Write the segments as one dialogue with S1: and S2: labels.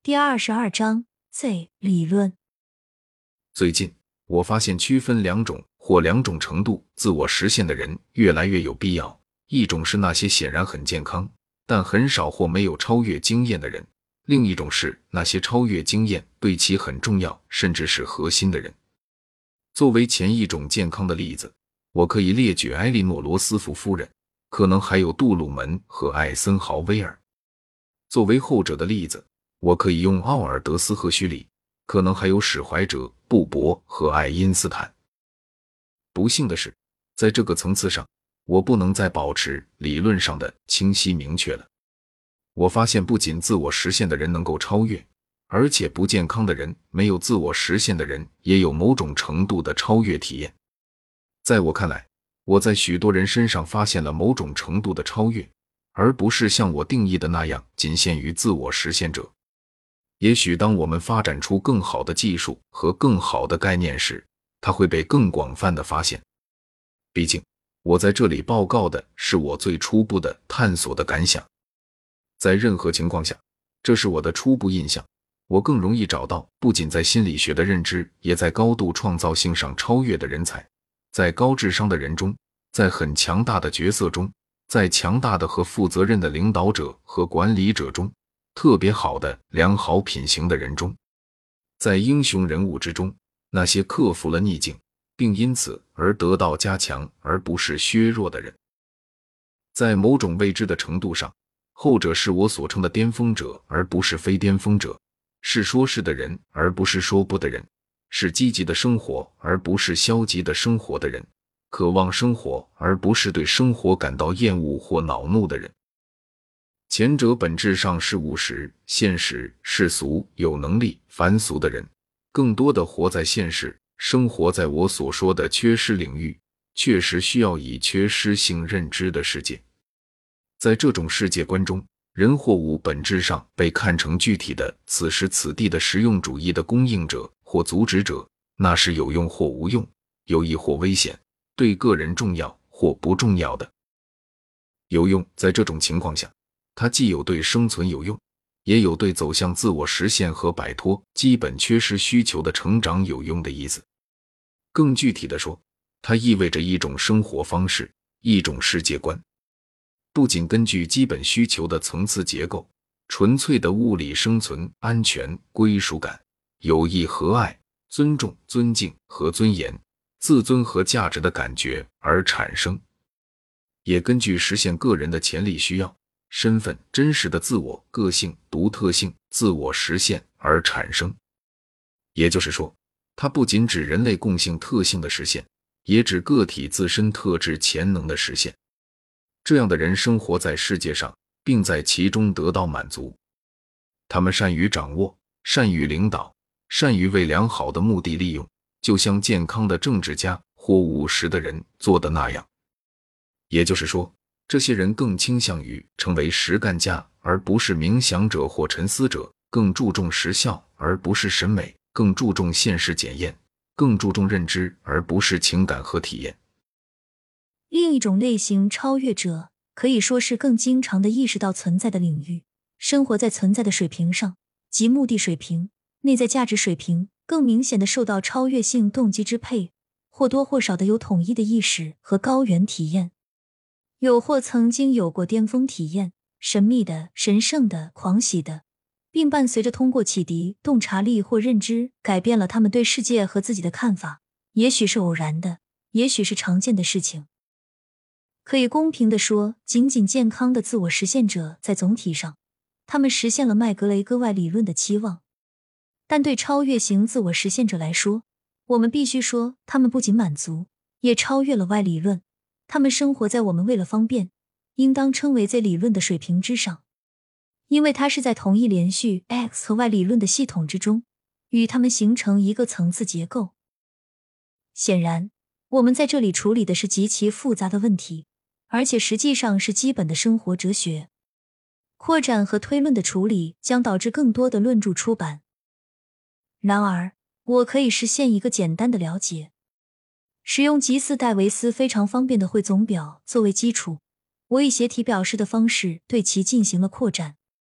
S1: 第22章 Z 理论。
S2: 最近，我发现区分两种或两种程度自我实现的人越来越有必要。一种是那些显然很健康，但很少或没有超越经验的人；另一种是那些超越经验对其很重要，甚至是核心的人。作为前一种健康的例子，我可以列举埃莉诺·罗斯福夫人，可能还有杜鲁门和艾森豪威尔。作为后者的例子，我可以用奥尔德斯和胥黎，可能还有史怀哲、布伯和爱因斯坦。不幸的是，在这个层次上，我不能再保持理论上的清晰明确了。我发现不仅自我实现的人能够超越，而且不健康的人、没有自我实现的人也有某种程度的超越体验。在我看来，我在许多人身上发现了某种程度的超越，而不是像我定义的那样仅限于自我实现者。也许当我们发展出更好的技术和更好的概念时，它会被更广泛的发现。毕竟，我在这里报告的是我最初步的探索的感想。在任何情况下，这是我的初步印象。我更容易找到不仅在心理学的认知，也在高度创造性上超越的人才，在高智商的人中，在很强大的角色中，在强大的和负责任的领导者和管理者中，特别好的良好品行的人中，在英雄人物之中，那些克服了逆境并因此而得到加强而不是削弱的人。在某种未知的程度上，后者是我所称的巅峰者而不是非巅峰者，是说是的人而不是说不的人，是积极的生活而不是消极的生活的人，渴望生活而不是对生活感到厌恶或恼怒的人。前者本质上是务实、现实、世俗、有能力、凡俗的人，更多的活在现实，生活在我所说的缺失领域，确实需要以缺失性认知的世界。在这种世界观中，人或物本质上被看成具体的此时此地的实用主义的供应者或阻止者，那是有用或无用，有益或危险，对个人重要或不重要的。有用，在这种情况下，它既有对生存有用，也有对走向自我实现和摆脱基本缺失需求的成长有用的意思。更具体地说，它意味着一种生活方式，一种世界观。不仅根据基本需求的层次结构，纯粹的物理生存、安全、归属感、友谊和爱、尊重、尊敬和尊严、自尊和价值的感觉而产生，也根据实现个人的潜力需要、身份、真实的自我、个性、独特性、自我实现而产生。也就是说，它不仅指人类共性特性的实现，也指个体自身特质潜能的实现。这样的人生活在世界上，并在其中得到满足。他们善于掌握，善于领导，善于为良好的目的利用，就像健康的政治家或务实的人做的那样。也就是说，这些人更倾向于成为实干家，而不是冥想者或沉思者，更注重实效而不是审美，更注重现实检验，更注重认知而不是情感和体验。
S1: 另一种类型超越者可以说是更经常地意识到存在的领域，生活在存在的水平上，即目的水平、内在价值水平，更明显地受到超越性动机支配，或多或少的有统一的意识和高原体验，有或曾经有过巅峰体验，神秘的、神圣的、狂喜的，并伴随着通过启迪、洞察力或认知改变了他们对世界和自己的看法，也许是偶然的，也许是常见的事情。可以公平地说，仅仅健康的自我实现者在总体上，他们实现了麦格雷戈外理论的期望。但对超越型自我实现者来说，我们必须说，他们不仅满足，也超越了外理论。他们生活在我们为了方便，应当称为 Z 理论的水平之上，因为它是在同一连续 X 和 Y 理论的系统之中，与它们形成一个层次结构。显然，我们在这里处理的是极其复杂的问题，而且实际上是基本的生活哲学。扩展和推论的处理将导致更多的论著出版。然而，我可以实现一个简单的了解。使用吉斯戴维斯非常方便的汇总表作为基础，我以斜体表示的方式对其进行了扩展。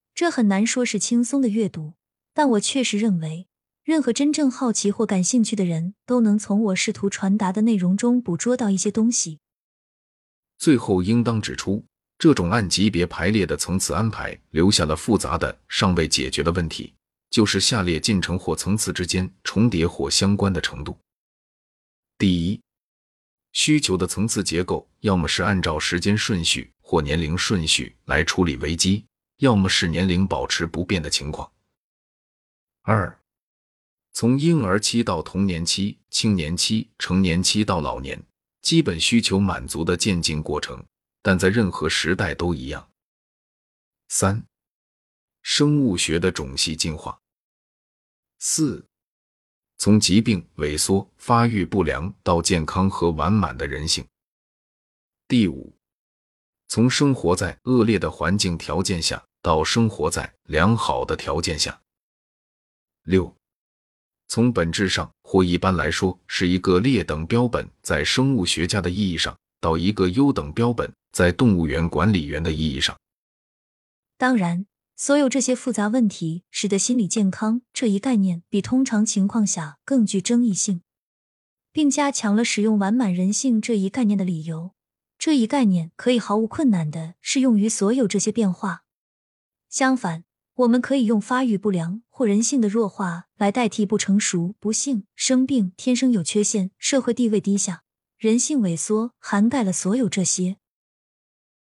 S1: 这很难说是轻松的阅读，但我确实认为，任何真正好奇或感兴趣的人都能从我试图传达的内容中捕捉到一些东西。
S2: 最后应当指出，这种按级别排列的层次安排留下了复杂的尚未解决的问题，就是下列进程或层次之间重叠或相关的程度。第一，需求的层次结构要么是按照时间顺序或年龄顺序来处理危机，要么是年龄保持不变的情况。二，从婴儿期到童年期、青年期、成年期到老年，基本需求满足的渐进过程，但在任何时代都一样。三，生物学的种系进化。四，从疾病、萎缩、发育不良到健康和完满的人性。第五，从生活在恶劣的环境条件下到生活在良好的条件下。六，从本质上或一般来说是一个劣等标本在生物学家的意义上，到一个优等标本在动物园管理员的意义上。
S1: 当然，所有这些复杂问题使得心理健康这一概念比通常情况下更具争议性，并加强了使用完满人性这一概念的理由。这一概念可以毫无困难地适用于所有这些变化。相反，我们可以用发育不良或人性的弱化来代替不成熟、不幸、生病、天生有缺陷、社会地位低下、人性萎缩，涵盖了所有这些。